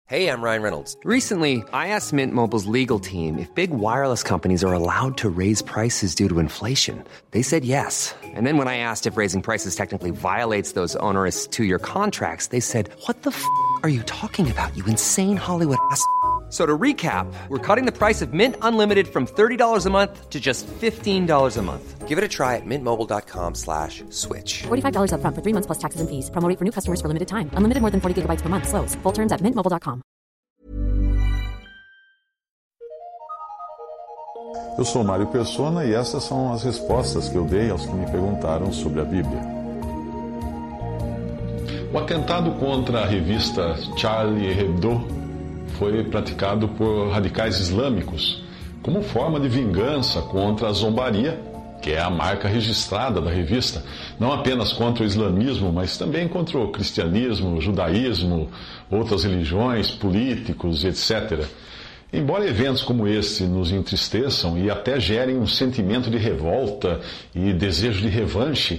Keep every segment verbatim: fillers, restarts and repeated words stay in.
Hey, I'm Ryan Reynolds. Recently, I asked Mint Mobile's legal team if big wireless companies are allowed to raise prices due to inflation. They said yes. And then when I asked if raising prices technically violates those onerous two-year contracts, they said, what the f*** are you talking about, you insane Hollywood ass f- So to recap, we're cutting the price of Mint Unlimited from thirty dollars a month to just fifteen dollars a month. Give it a try at mintmobile.com slash switch. forty-five dollars up front for three months plus taxes and fees. Promo rate for new customers for limited time. Unlimited more than forty gigabytes per month. Slows full terms at mint mobile dot com. Eu sou Mário Persona e essas são as respostas que eu dei aos que me perguntaram sobre a Bíblia. O atentado contra a revista Charlie Hebdo foi praticado por radicais islâmicos como forma de vingança contra a zombaria, que é a marca registrada da revista, não apenas contra o islamismo, mas também contra o cristianismo, o judaísmo, outras religiões, políticos, etcétera. Embora eventos como esse nos entristeçam e até gerem um sentimento de revolta e desejo de revanche,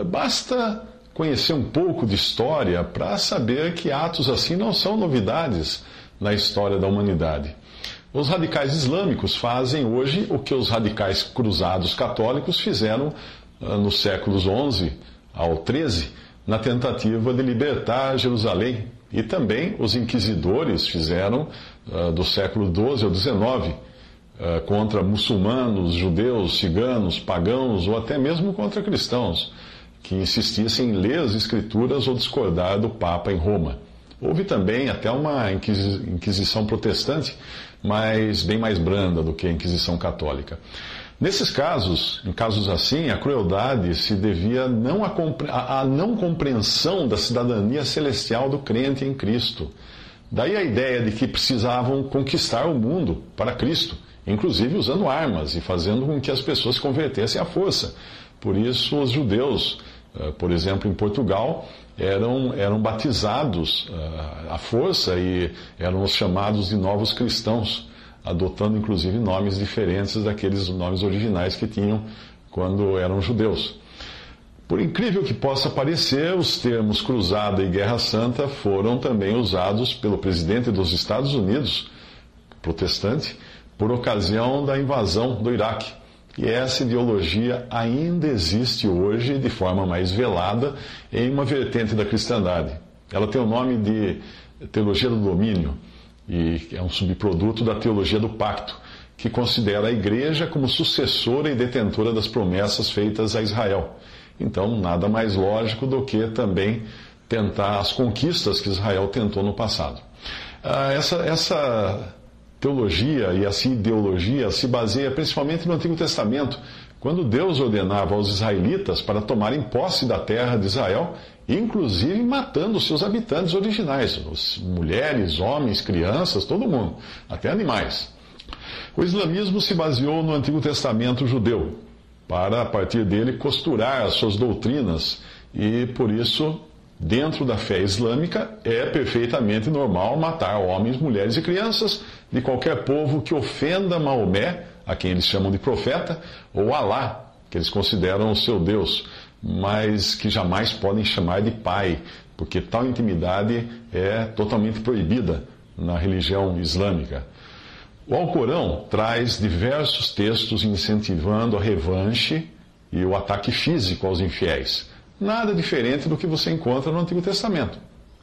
basta conhecer um pouco de história para saber que atos assim não são novidades na história da humanidade. Os radicais islâmicos fazem hoje o que os radicais cruzados católicos fizeram uh, nos séculos onze ao treze, na tentativa de libertar Jerusalém. E também os inquisidores fizeram uh, do século doze ao dezenove, uh, contra muçulmanos, judeus, ciganos, pagãos ou até mesmo contra cristãos, que insistissem em ler as escrituras ou discordar do Papa em Roma. Houve também até uma Inquisição protestante, mas bem mais branda do que a Inquisição católica. Nesses casos, em casos assim, a crueldade se devia não à não compreensão da cidadania celestial do crente em Cristo. Daí a ideia de que precisavam conquistar o mundo para Cristo, inclusive usando armas e fazendo com que as pessoas se convertessem à força. Por isso, os judeus, por exemplo, em Portugal, eram, eram batizados uh, à força e eram os chamados de novos cristãos, adotando inclusive nomes diferentes daqueles nomes originais que tinham quando eram judeus. Por incrível que possa parecer, os termos cruzada e guerra santa foram também usados pelo presidente dos Estados Unidos, protestante, por ocasião da invasão do Iraque. E essa ideologia ainda existe hoje de forma mais velada em uma vertente da cristandade. Ela tem o nome de teologia do domínio e é um subproduto da teologia do pacto, que considera a igreja como sucessora e detentora das promessas feitas a Israel. Então, nada mais lógico do que também tentar as conquistas que Israel tentou no passado. Ah, essa... essa teologia e essa ideologia se baseia principalmente no Antigo Testamento, quando Deus ordenava aos israelitas para tomarem posse da terra de Israel, inclusive matando os seus habitantes originais, os mulheres, homens, crianças, todo mundo, até animais. O islamismo se baseou no Antigo Testamento judeu, para, a partir dele, costurar as suas doutrinas e, por isso, dentro da fé islâmica, é perfeitamente normal matar homens, mulheres e crianças de qualquer povo que ofenda Maomé, a quem eles chamam de profeta, ou Alá, que eles consideram o seu Deus, mas que jamais podem chamar de pai, porque tal intimidade é totalmente proibida na religião islâmica. O Alcorão traz diversos textos incentivando a revanche e o ataque físico aos infiéis. Nada diferente do que você encontra no Antigo Testamento.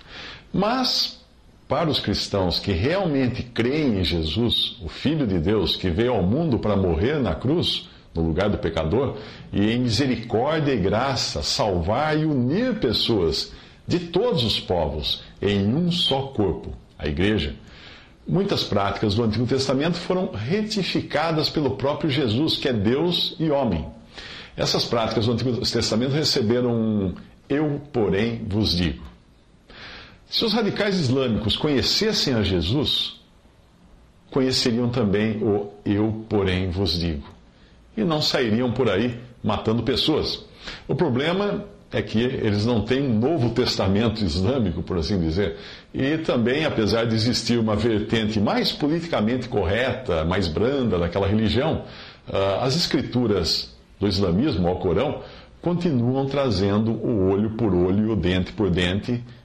Mas, para os cristãos que realmente creem em Jesus, o Filho de Deus, que veio ao mundo para morrer na cruz, no lugar do pecador, e em misericórdia e graça salvar e unir pessoas de todos os povos em um só corpo, a Igreja, muitas práticas do Antigo Testamento foram retificadas pelo próprio Jesus, que é Deus e homem. Essas práticas do Antigo Testamento receberam um eu, porém, vos digo. Se os radicais islâmicos conhecessem a Jesus, conheceriam também o eu, porém, vos digo. E não sairiam por aí matando pessoas. O problema é que eles não têm um Novo Testamento islâmico, por assim dizer. E também, apesar de existir uma vertente mais politicamente correta, mais branda daquela religião, as escrituras do islamismo, ao Corão, continuam trazendo o olho por olho e o dente por dente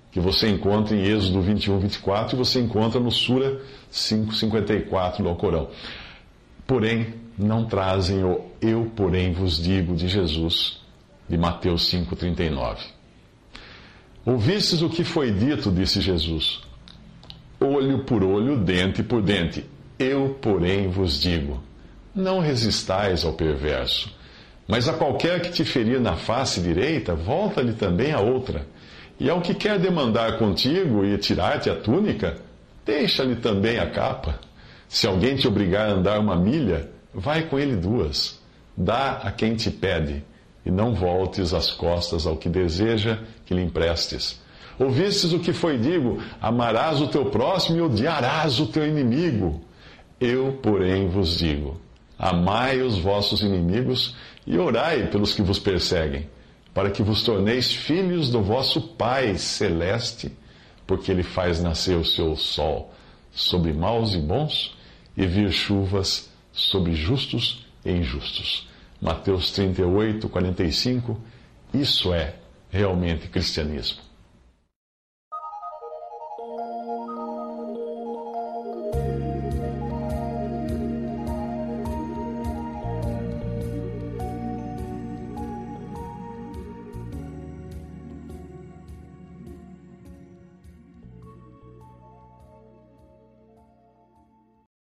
que você encontra em Êxodo vinte e um, vinte e quatro, e você encontra no Sura cinco, cinquenta e quatro do Alcorão. Porém, não trazem o eu, porém, vos digo de Jesus, de Mateus cinco, trinta e nove. Ouvistes o que foi dito, disse Jesus, olho por olho, dente por dente. Eu, porém, vos digo, não resistais ao perverso, mas a qualquer que te ferir na face direita, volta-lhe também a outra. E ao que quer demandar contigo e tirar-te a túnica, deixa-lhe também a capa. Se alguém te obrigar a andar uma milha, vai com ele duas. Dá a quem te pede, e não voltes as costas ao que deseja que lhe emprestes. Ouvistes o que foi dito, amarás o teu próximo e odiarás o teu inimigo. Eu, porém, vos digo, amai os vossos inimigos e orai pelos que vos perseguem, para que vos torneis filhos do vosso Pai Celeste, porque Ele faz nascer o seu sol sobre maus e bons, e vir chuvas sobre justos e injustos. Mateus trinta e oito, quarenta e cinco, isso é realmente cristianismo.